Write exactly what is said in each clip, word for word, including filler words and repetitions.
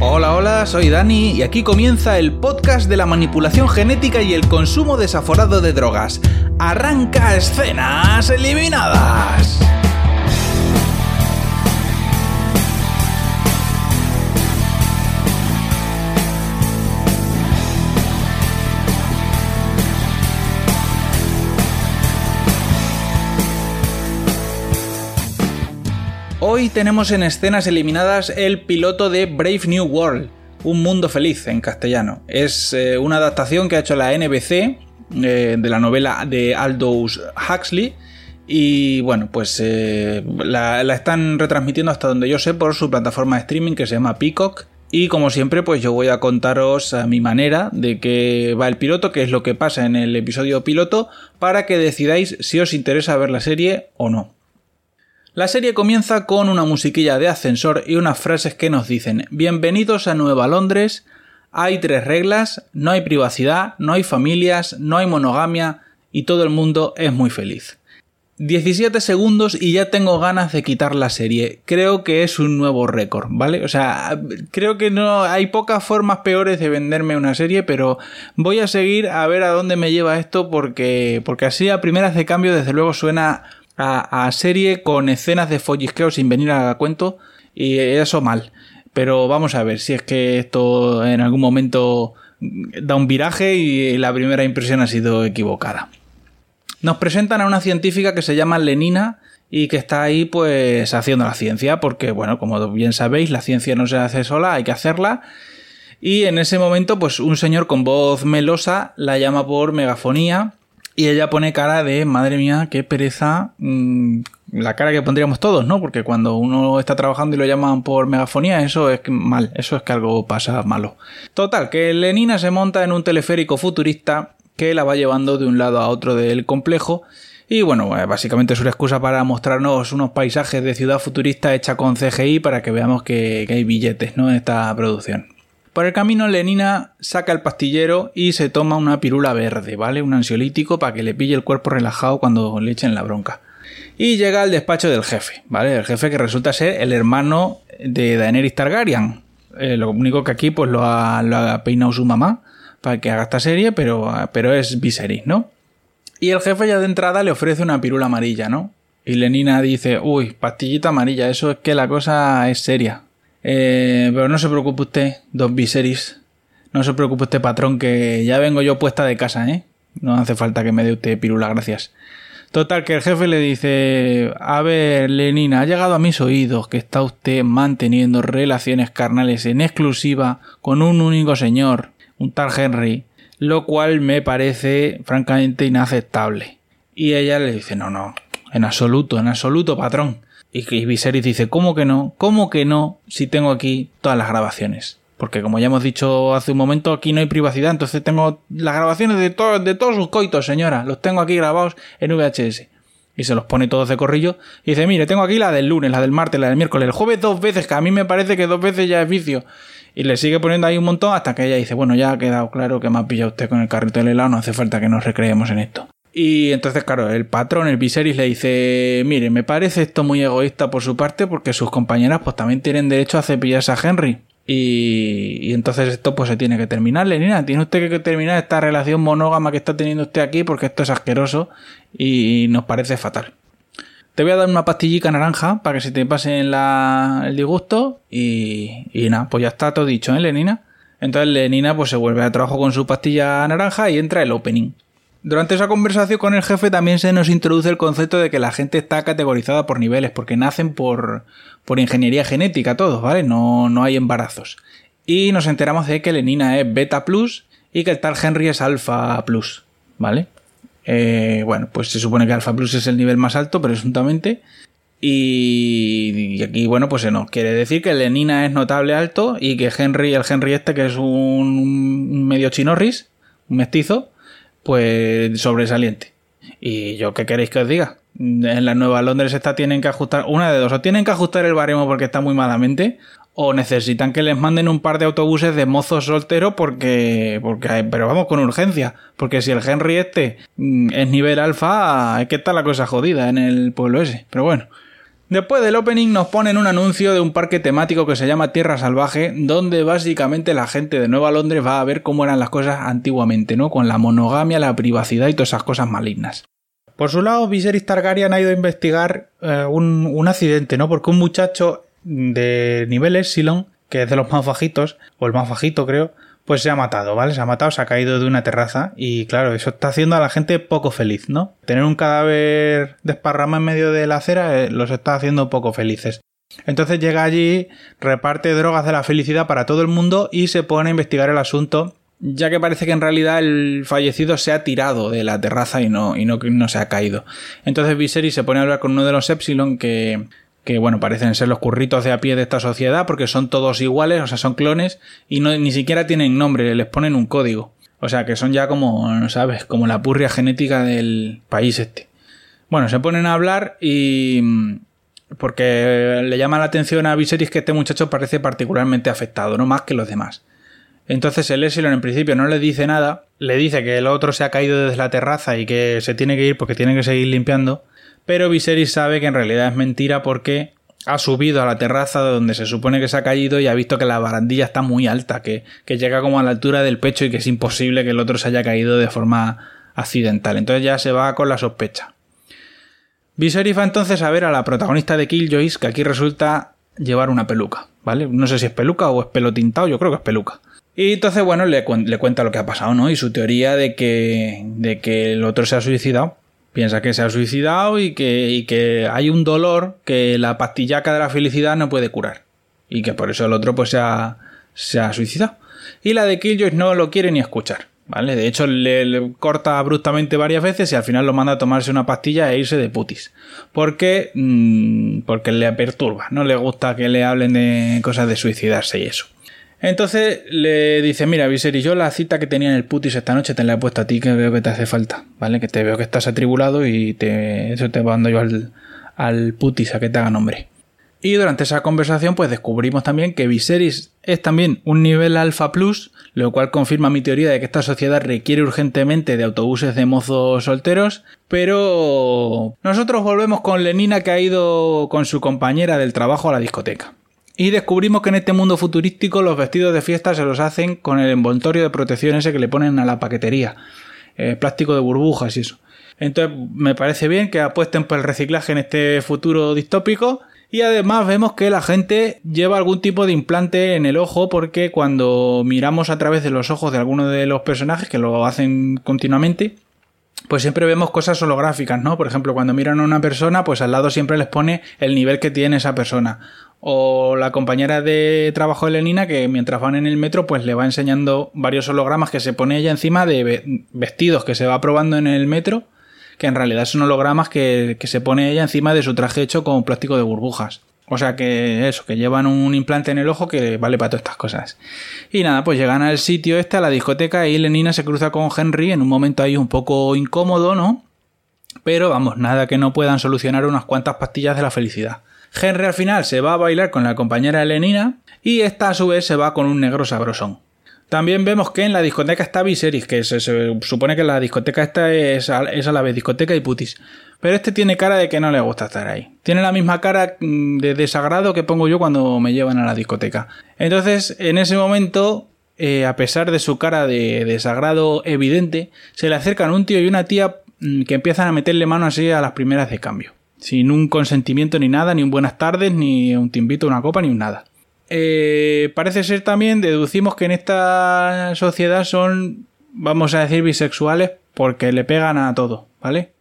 Hola, hola, soy Dani y aquí comienza el podcast de la manipulación genética y el consumo desaforado de drogas. ¡Arranca Escenas Eliminadas! Hoy tenemos en Escenas Eliminadas el piloto de Brave New World, Un Mundo Feliz en castellano. Es eh, una adaptación que ha hecho la N B C eh, de la novela de Aldous Huxley y bueno, pues eh, la, la están retransmitiendo hasta donde yo sé por su plataforma de streaming que se llama Peacock. Y como siempre, pues yo voy a contaros a mi manera de qué va el piloto, qué es lo que pasa en el episodio piloto, para que decidáis si os interesa ver la serie o no. La serie comienza con una musiquilla de ascensor y unas frases que nos dicen: bienvenidos a Nueva Londres, hay tres reglas, no hay privacidad, no hay familias, no hay monogamia y todo el mundo es muy feliz. diecisiete segundos y ya tengo ganas de quitar la serie. Creo que es un nuevo récord, ¿vale? O sea, creo que no hay pocas formas peores de venderme una serie, pero voy a seguir a ver a dónde me lleva esto porque, porque así a primeras de cambio desde luego suena A, a serie con escenas de follisqueo sin venir a cuento y eso mal, pero vamos a ver si es que esto en algún momento da un viraje y la primera impresión ha sido equivocada. Nos presentan a una científica que se llama Lenina y que está ahí pues haciendo la ciencia porque bueno, como bien sabéis, la ciencia no se hace sola, hay que hacerla. Y en ese momento pues un señor con voz melosa la llama por megafonía. Y ella pone cara de, madre mía, qué pereza, mmm, la cara que pondríamos todos, ¿no? Porque cuando uno está trabajando y lo llaman por megafonía, eso es mal, eso es que algo pasa malo. Total, que Lenina se monta en un teleférico futurista que la va llevando de un lado a otro del complejo. Y bueno, básicamente es una excusa para mostrarnos unos paisajes de ciudad futurista hecha con C G I para que veamos que, que hay billetes, ¿no? En esta producción. Por el camino, Lenina saca el pastillero y se toma una pirula verde, ¿vale? Un ansiolítico para que le pille el cuerpo relajado cuando le echen la bronca. Y llega al despacho del jefe, ¿vale? El jefe que resulta ser el hermano de Daenerys Targaryen. Eh, lo único que aquí pues lo ha, lo ha peinado su mamá para que haga esta serie, pero, pero es Viserys, ¿no? Y el jefe ya de entrada le ofrece una pirula amarilla, ¿no? Y Lenina dice, uy, pastillita amarilla, eso es que la cosa es seria. Eh, pero no se preocupe usted, Don Viserys. No se preocupe usted, patrón, que ya vengo yo puesta de casa, ¿eh? No hace falta que me dé usted pirula, gracias. Total, que el jefe le dice, a ver, Lenina, ha llegado a mis oídos que está usted manteniendo relaciones carnales en exclusiva con un único señor, un tal Henry, lo cual me parece francamente inaceptable. Y ella le dice, no, no, en absoluto, en absoluto, patrón. Y Viserys dice, ¿cómo que no? ¿Cómo que no? Si tengo aquí todas las grabaciones. Porque como ya hemos dicho hace un momento, aquí no hay privacidad. Entonces tengo las grabaciones de, to- de todos sus coitos, señora. Los tengo aquí grabados en V H S. Y se los pone todos de corrillo. Y dice, mire, tengo aquí la del lunes, la del martes, la del miércoles. El jueves dos veces, que a mí me parece que dos veces ya es vicio. Y le sigue poniendo ahí un montón hasta que ella dice, bueno, ya ha quedado claro que me ha pillado usted con el carrito del helado. No hace falta que nos recreemos en esto. Y entonces, claro, el patrón, el Viserys, le dice, mire, me parece esto muy egoísta por su parte porque sus compañeras pues también tienen derecho a cepillarse a Henry. Y, y entonces esto pues se tiene que terminar, Lenina. Tiene usted que terminar esta relación monógama que está teniendo usted aquí porque esto es asqueroso y nos parece fatal. Te voy a dar una pastillica naranja para que se te pase la, el disgusto y, y nada, pues ya está todo dicho, ¿eh, Lenina? Entonces Lenina pues se vuelve a trabajo con su pastilla naranja y entra el opening. Durante esa conversación con el jefe también se nos introduce el concepto de que la gente está categorizada por niveles, porque nacen por, por ingeniería genética todos, ¿vale? No, no hay embarazos. Y nos enteramos de que Lenina es beta plus y que el tal Henry es alfa plus, ¿vale? Eh, bueno, pues se supone que alfa plus es el nivel más alto, presuntamente. Y, y aquí, bueno, pues se nos quiere decir que Lenina es notable alto y que Henry, el Henry este, que es un, un medio chinorris, un mestizo, pues sobresaliente. Y yo, ¿qué queréis que os diga? En la Nueva Londres esta tienen que ajustar, una de dos, o tienen que ajustar el baremo porque está muy malamente, o necesitan que les manden un par de autobuses de mozos solteros porque, porque, pero vamos, con urgencia, porque si el Henry este es nivel alfa, es que está la cosa jodida en el pueblo ese. Pero bueno, Después del opening nos ponen un anuncio de un parque temático que se llama Tierra Salvaje, donde básicamente la gente de Nueva Londres va a ver cómo eran las cosas antiguamente, ¿no? Con la monogamia, la privacidad y todas esas cosas malignas. Por su lado, Viserys Targaryen ha ido a investigar eh, un, un accidente, ¿no? Porque un muchacho de nivel Epsilon, que es de los más bajitos, o el más bajito creo, pues se ha matado, ¿vale? Se ha matado, se ha caído de una terraza y claro, eso está haciendo a la gente poco feliz, ¿no? Tener un cadáver desparramado en medio de la acera eh, los está haciendo poco felices. Entonces llega allí, reparte drogas de la felicidad para todo el mundo y se pone a investigar el asunto, ya que parece que en realidad el fallecido se ha tirado de la terraza y no, y no, no se ha caído. Entonces Viserys se pone a hablar con uno de los Epsilon que... que bueno, parecen ser los curritos de a pie de esta sociedad porque son todos iguales, o sea, son clones y no, ni siquiera tienen nombre, les ponen un código. O sea, que son ya como, ¿sabes? Como la purria genética del país este. Bueno, se ponen a hablar y... porque le llama la atención a Viserys que este muchacho parece particularmente afectado, no más que los demás. Entonces el Epsilon en principio no le dice nada, le dice que el otro se ha caído desde la terraza y que se tiene que ir porque tiene que seguir limpiando. Pero Viserys sabe que en realidad es mentira porque ha subido a la terraza de donde se supone que se ha caído y ha visto que la barandilla está muy alta, que, que llega como a la altura del pecho y que es imposible que el otro se haya caído de forma accidental. Entonces ya se va con la sospecha. Viserys va entonces a ver a la protagonista de Killjoys, que aquí resulta llevar una peluca, ¿vale? No sé si es peluca o es pelo tintado, yo creo que es peluca. Y entonces, bueno, le, cu- le cuenta lo que ha pasado, ¿no? Y su teoría de que, de que el otro se ha suicidado. Piensa que se ha suicidado y que, y que hay un dolor que la pastillaca de la felicidad no puede curar. Y que por eso el otro pues se ha, se ha suicidado. Y la de Killjoy no lo quiere ni escuchar, ¿vale? De hecho le, le corta abruptamente varias veces y al final lo manda a tomarse una pastilla e irse de putis. Porque, mmm, porque le perturba, no le gusta que le hablen de cosas de suicidarse y eso. Entonces le dice, mira Viserys, yo la cita que tenía en el putis esta noche te la he puesto a ti, que veo que te hace falta, ¿vale? Que te veo que estás atribulado y te, eso te mando yo al, al putis a que te hagan hombre. Y durante esa conversación pues descubrimos también que Viserys es también un nivel alfa plus, lo cual confirma mi teoría de que esta sociedad requiere urgentemente de autobuses de mozos solteros, pero nosotros volvemos con Lenina que ha ido con su compañera del trabajo a la discoteca. Y descubrimos que en este mundo futurístico los vestidos de fiesta se los hacen con el envoltorio de protección ese que le ponen a la paquetería. Eh, plástico de burbujas y eso. Entonces me parece bien que apuesten por el reciclaje en este futuro distópico. Y además vemos que la gente lleva algún tipo de implante en el ojo porque cuando miramos a través de los ojos de alguno de los personajes, que lo hacen continuamente, pues siempre vemos cosas holográficas, ¿no? Por ejemplo, cuando miran a una persona, pues al lado siempre les pone el nivel que tiene esa persona. O la compañera de trabajo de Lenina que mientras van en el metro pues le va enseñando varios hologramas que se pone ella encima de vestidos que se va probando en el metro, que en realidad son hologramas que, que se pone ella encima de su traje hecho con plástico de burbujas. O sea que eso, que llevan un implante en el ojo que vale para todas estas cosas. Y nada, pues llegan al sitio este, a la discoteca, y Lenina se cruza con Henry en un momento ahí un poco incómodo, ¿no? Pero vamos, nada que no puedan solucionar unas cuantas pastillas de la felicidad. Henry al final se va a bailar con la compañera de Lenina y esta a su vez se va con un negro sabrosón. También vemos que en la discoteca está Viserys, que se, se supone que la discoteca esta es a, es a la vez discoteca y putis. Pero este tiene cara de que no le gusta estar ahí. Tiene la misma cara de desagrado que pongo yo cuando me llevan a la discoteca. Entonces, en ese momento, eh, a pesar de su cara de desagrado evidente, se le acercan un tío y una tía que empiezan a meterle mano así a las primeras de cambio. Sin un consentimiento ni nada, ni un buenas tardes, ni un te invito a una copa, ni un nada. Eh, parece ser también, deducimos que en esta sociedad son, vamos a decir, bisexuales porque le pegan a todo, ¿vale?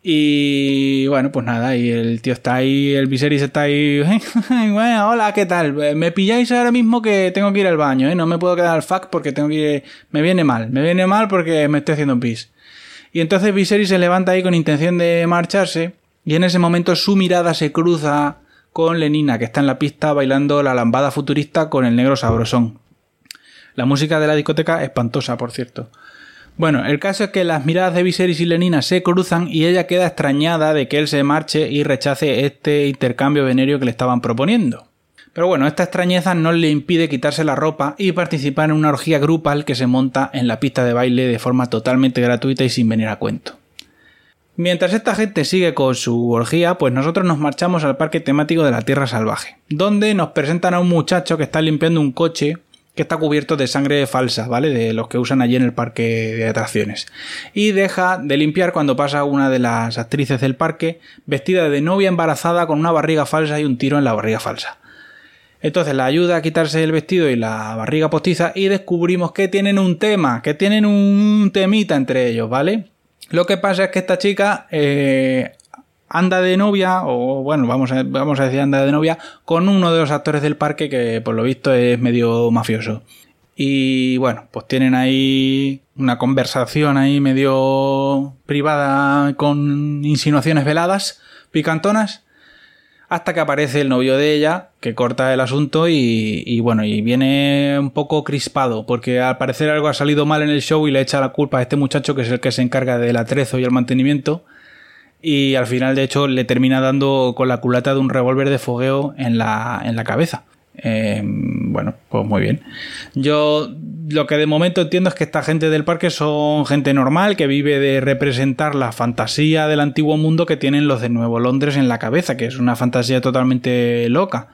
Y bueno, pues nada, y el tío está ahí, el Viserys está ahí, bueno, hola, ¿qué tal? Me pilláis ahora mismo que tengo que ir al baño, ¿eh? No me puedo quedar al fuck porque tengo que ir, me viene mal, me viene mal porque me estoy haciendo pis. Y entonces Viserys se levanta ahí con intención de marcharse y en ese momento su mirada se cruza con Lenina, que está en la pista bailando la lambada futurista con el negro sabrosón. La música de la discoteca espantosa, por cierto. Bueno, el caso es que las miradas de Viserys y Lenina se cruzan y ella queda extrañada de que él se marche y rechace este intercambio venéreo que le estaban proponiendo. Pero bueno, esta extrañeza no le impide quitarse la ropa y participar en una orgía grupal que se monta en la pista de baile de forma totalmente gratuita y sin venir a cuento. Mientras esta gente sigue con su orgía, pues nosotros nos marchamos al parque temático de la Tierra Salvaje, donde nos presentan a un muchacho que está limpiando un coche que está cubierto de sangre falsa, ¿vale? De los que usan allí en el parque de atracciones. Y deja de limpiar cuando pasa una de las actrices del parque vestida de novia embarazada con una barriga falsa y un tiro en la barriga falsa. Entonces la ayuda a quitarse el vestido y la barriga postiza y descubrimos que tienen un tema, que tienen un temita entre ellos, ¿vale? Lo que pasa es que esta chica eh, anda de novia, o bueno, vamos a, vamos a decir anda de novia, con uno de los actores del parque que por lo visto es medio mafioso. Y bueno, pues tienen ahí una conversación ahí medio privada con insinuaciones veladas, picantonas, hasta que aparece el novio de ella, que corta el asunto y, y bueno, y viene un poco crispado, porque al parecer algo ha salido mal en el show y le echa la culpa a este muchacho, que es el que se encarga del atrezo y el mantenimiento, y al final de hecho le termina dando con la culata de un revólver de fogueo en la, en la cabeza. Eh, bueno, pues muy bien. Yo lo que de momento entiendo es que esta gente del parque son gente normal que vive de representar la fantasía del antiguo mundo que tienen los de Nuevo Londres en la cabeza, que es una fantasía totalmente loca.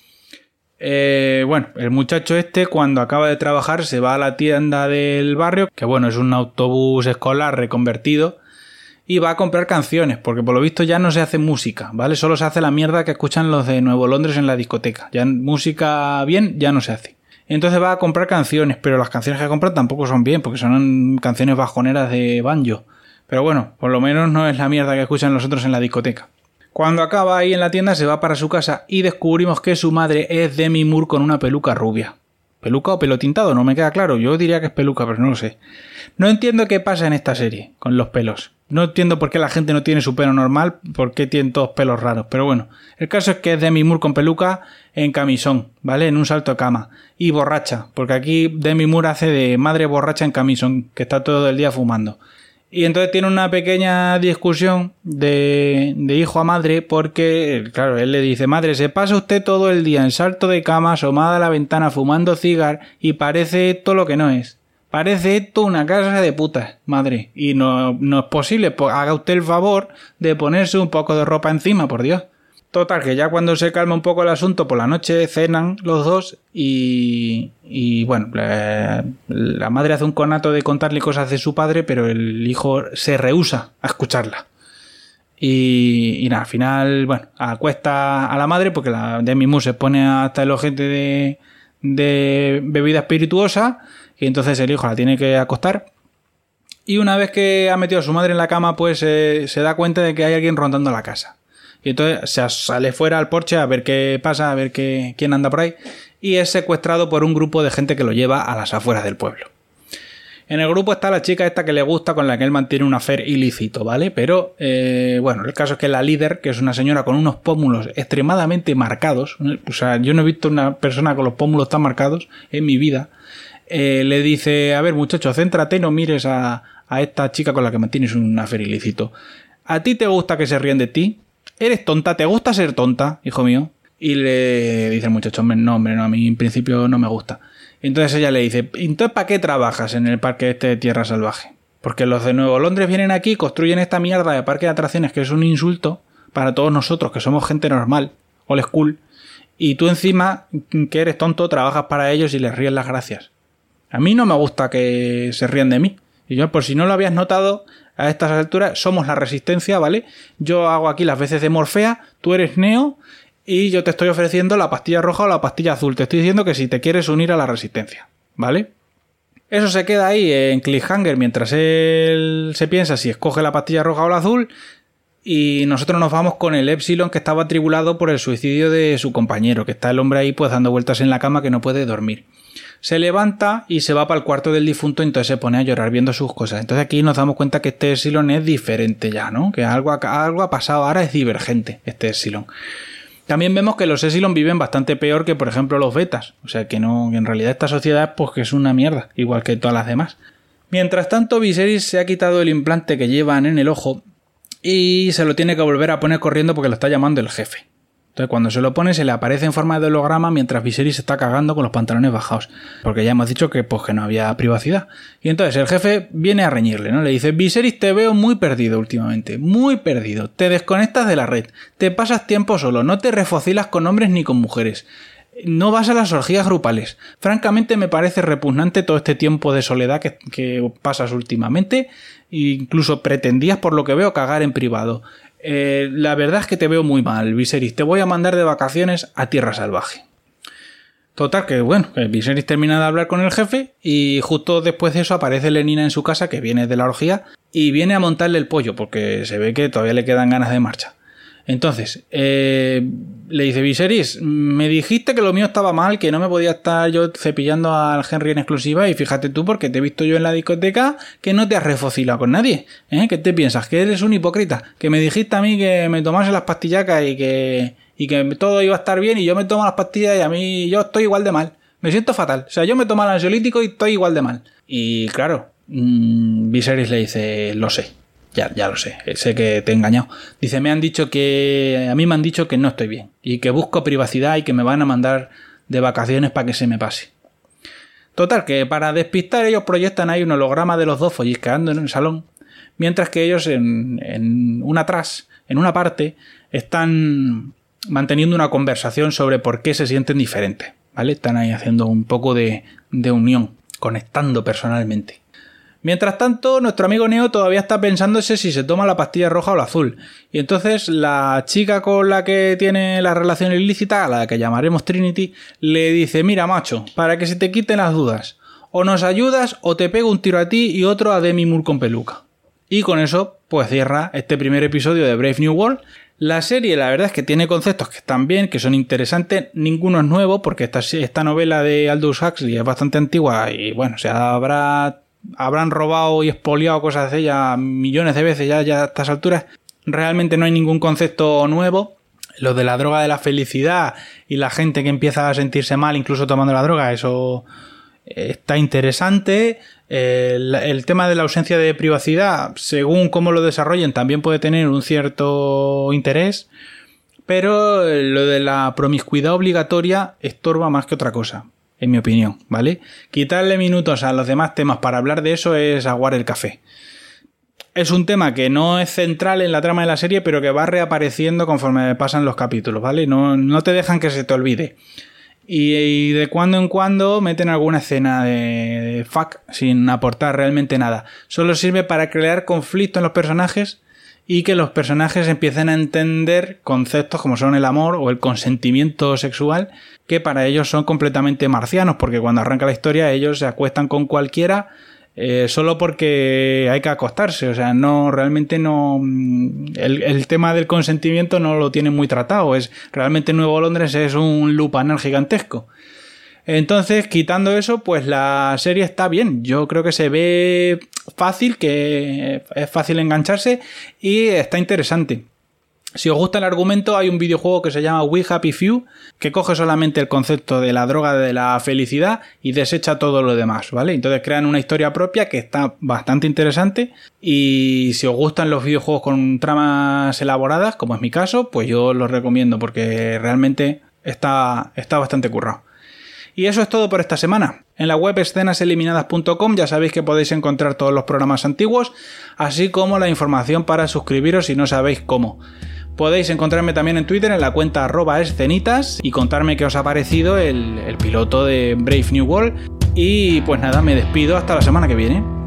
Eh, bueno, el muchacho este cuando acaba de trabajar se va a la tienda del barrio, que bueno, es un autobús escolar reconvertido, y va a comprar canciones, porque por lo visto ya no se hace música, ¿vale? Solo se hace la mierda que escuchan los de Nuevo Londres en la discoteca. Ya música bien ya no se hace. Entonces va a comprar canciones, pero las canciones que compra tampoco son bien, porque son canciones bajoneras de banjo. Pero bueno, por lo menos no es la mierda que escuchan los otros en la discoteca. Cuando acaba ahí en la tienda se va para su casa y descubrimos que su madre es Demi Moore con una peluca rubia. ¿Peluca o pelo tintado? No me queda claro. Yo diría que es peluca, pero no lo sé. No entiendo qué pasa en esta serie con los pelos. No entiendo por qué la gente no tiene su pelo normal, por qué tienen todos pelos raros. Pero bueno, el caso es que es Demi Moore con peluca en camisón, ¿vale? En un salto de cama. Y borracha, porque aquí Demi Moore hace de madre borracha en camisón, que está todo el día fumando. Y entonces tiene una pequeña discusión de, de hijo a madre porque, claro, él le dice: madre, se pasa usted todo el día en salto de cama, asomada a la ventana, fumando cigar y parece esto lo que no es. Parece esto una casa de putas, madre. Y no, no es posible, pues haga usted el favor de ponerse un poco de ropa encima, por Dios. Total, que ya cuando se calma un poco el asunto, por la noche cenan los dos y, y bueno, la, la madre hace un conato de contarle cosas de su padre, pero el hijo se rehúsa a escucharla. Y, y nada, al final, bueno, acuesta a la madre porque la Demi Moore se pone hasta el ojete de, de bebida espirituosa y entonces el hijo la tiene que acostar. Y una vez que ha metido a su madre en la cama, pues eh, se da cuenta de que hay alguien rondando la casa. Y entonces se sale fuera al porche a ver qué pasa, a ver qué, quién anda por ahí. Y es secuestrado por un grupo de gente que lo lleva a las afueras del pueblo. En el grupo está la chica esta que le gusta, con la que él mantiene un affair ilícito, ¿vale? Pero, eh, bueno, el caso es que la líder, que es una señora con unos pómulos extremadamente marcados, o sea, yo no he visto una persona con los pómulos tan marcados en mi vida, eh, le dice: a ver, muchacho, céntrate, no mires a, a esta chica con la que mantienes un affair ilícito. ¿A ti te gusta que se ríen de ti? ¿Eres tonta? ¿Te gusta ser tonta, hijo mío? Y le dice el muchacho: hombre, no, hombre, no, a mí en principio no me gusta. Entonces ella le dice: ¿entonces para qué trabajas en el parque este de Tierra Salvaje? Porque los de Nuevo Londres vienen aquí, construyen esta mierda de parque de atracciones que es un insulto para todos nosotros, que somos gente normal, old school, y tú encima, que eres tonto, trabajas para ellos y les ríes las gracias. A mí no me gusta que se rían de mí. Y yo, por si no lo habías notado, a estas alturas somos la resistencia, ¿vale? Yo hago aquí las veces de Morfea, tú eres Neo y yo te estoy ofreciendo la pastilla roja o la pastilla azul. Te estoy diciendo que si te quieres unir a la resistencia, ¿vale? Eso se queda ahí en cliffhanger mientras él se piensa si escoge la pastilla roja o la azul, y nosotros nos vamos con el Epsilon, que estaba atribulado por el suicidio de su compañero, que está el hombre ahí pues dando vueltas en la cama que no puede dormir. Se levanta y se va para el cuarto del difunto, entonces se pone a llorar viendo sus cosas. Entonces aquí nos damos cuenta que este Epsilon es diferente ya, ¿no? Que algo ha, algo ha pasado, ahora es divergente este Epsilon. También vemos que los Epsilon viven bastante peor que, por ejemplo, los betas. O sea que no, en realidad esta sociedad pues que es una mierda, igual que todas las demás. Mientras tanto, Viserys se ha quitado el implante que llevan en el ojo y se lo tiene que volver a poner corriendo porque lo está llamando el jefe. Entonces cuando se lo pone se le aparece en forma de holograma mientras Viserys se está cagando con los pantalones bajados. Porque ya hemos dicho que, pues, que no había privacidad. Y entonces el jefe viene a reñirle, ¿no? Le dice: Viserys, te veo muy perdido últimamente. Muy perdido. Te desconectas de la red. Te pasas tiempo solo. No te refocilas con hombres ni con mujeres. No vas a las orgías grupales. Francamente me parece repugnante todo este tiempo de soledad que, que pasas últimamente. E incluso pretendías, por lo que veo, cagar en privado. Eh, la verdad es que te veo muy mal, Viserys. Te voy a mandar de vacaciones a Tierra Salvaje. Total, que bueno, Viserys termina de hablar con el jefe y justo después de eso aparece Lenina en su casa, que viene de la orgía, y viene a montarle el pollo porque se ve que todavía le quedan ganas de marcha. Entonces, eh, le dice: Viserys, me dijiste que lo mío estaba mal, que no me podía estar yo cepillando al Henry en exclusiva, y fíjate tú, porque te he visto yo en la discoteca que no te has refocilado con nadie, ¿eh? ¿Qué te piensas? ¿Que eres un hipócrita? Que me dijiste a mí que me tomase las pastillacas y que, y que todo iba a estar bien, y yo me tomo las pastillas y a mí yo estoy igual de mal. Me siento fatal. O sea, yo me tomo el ansiolítico y estoy igual de mal. Y claro, mmm, Viserys le dice: lo sé. Ya, ya lo sé, sé que te he engañado. Dice: me han dicho que... A mí me han dicho que no estoy bien y que busco privacidad y que me van a mandar de vacaciones para que se me pase. Total, que para despistar ellos proyectan ahí un holograma de los dos follisqueando en el salón, mientras que ellos en, en una atrás, en una parte, están manteniendo una conversación sobre por qué se sienten diferentes, ¿vale? Están ahí haciendo un poco de, de unión, conectando personalmente. Mientras tanto, nuestro amigo Neo todavía está pensándose si se toma la pastilla roja o la azul. Y entonces la chica con la que tiene la relación ilícita, a la que llamaremos Trinity, le dice: mira, macho, para que se te quiten las dudas, o nos ayudas o te pego un tiro a ti y otro a Demi Moore con peluca. Y con eso, pues cierra este primer episodio de Brave New World. La serie, la verdad es que tiene conceptos que están bien, que son interesantes. Ninguno es nuevo, porque esta, esta novela de Aldous Huxley es bastante antigua y, bueno, se habrá... habrán robado y expoliado cosas de ella millones de veces ya, ya a estas alturas. Realmente no hay ningún concepto nuevo. Lo de la droga de la felicidad y la gente que empieza a sentirse mal incluso tomando la droga, eso está interesante. El, el tema de la ausencia de privacidad, según cómo lo desarrollen, también puede tener un cierto interés, pero lo de la promiscuidad obligatoria estorba más que otra cosa, en mi opinión, ¿vale? Quitarle minutos a los demás temas para hablar de eso es aguar el café. Es un tema que no es central en la trama de la serie, pero que va reapareciendo conforme pasan los capítulos, ¿vale? No, no te dejan que se te olvide. Y, y de cuando en cuando meten alguna escena de, de fuck sin aportar realmente nada. Solo sirve para crear conflicto en los personajes y que los personajes empiecen a entender conceptos como son el amor o el consentimiento sexual, que para ellos son completamente marcianos, porque cuando arranca la historia ellos se acuestan con cualquiera eh, solo porque hay que acostarse. O sea, no, realmente no... El, el tema del consentimiento no lo tienen muy tratado. Es, realmente Nuevo Londres es un lupanar gigantesco. Entonces, quitando eso, pues la serie está bien. Yo creo que se ve fácil, que es fácil engancharse y está interesante. Si os gusta el argumento, hay un videojuego que se llama We Happy Few, que coge solamente el concepto de la droga de la felicidad y desecha todo lo demás, ¿vale? Entonces crean una historia propia que está bastante interesante, y si os gustan los videojuegos con tramas elaboradas, como es mi caso, pues yo los recomiendo porque realmente está, está bastante currado. Y eso es todo por esta semana. En la web escenas eliminadas punto com ya sabéis que podéis encontrar todos los programas antiguos, así como la información para suscribiros si no sabéis cómo. Podéis encontrarme también en Twitter en la cuenta arroba escenitas y contarme qué os ha parecido el, el piloto de Brave New World. Y pues nada, me despido hasta la semana que viene.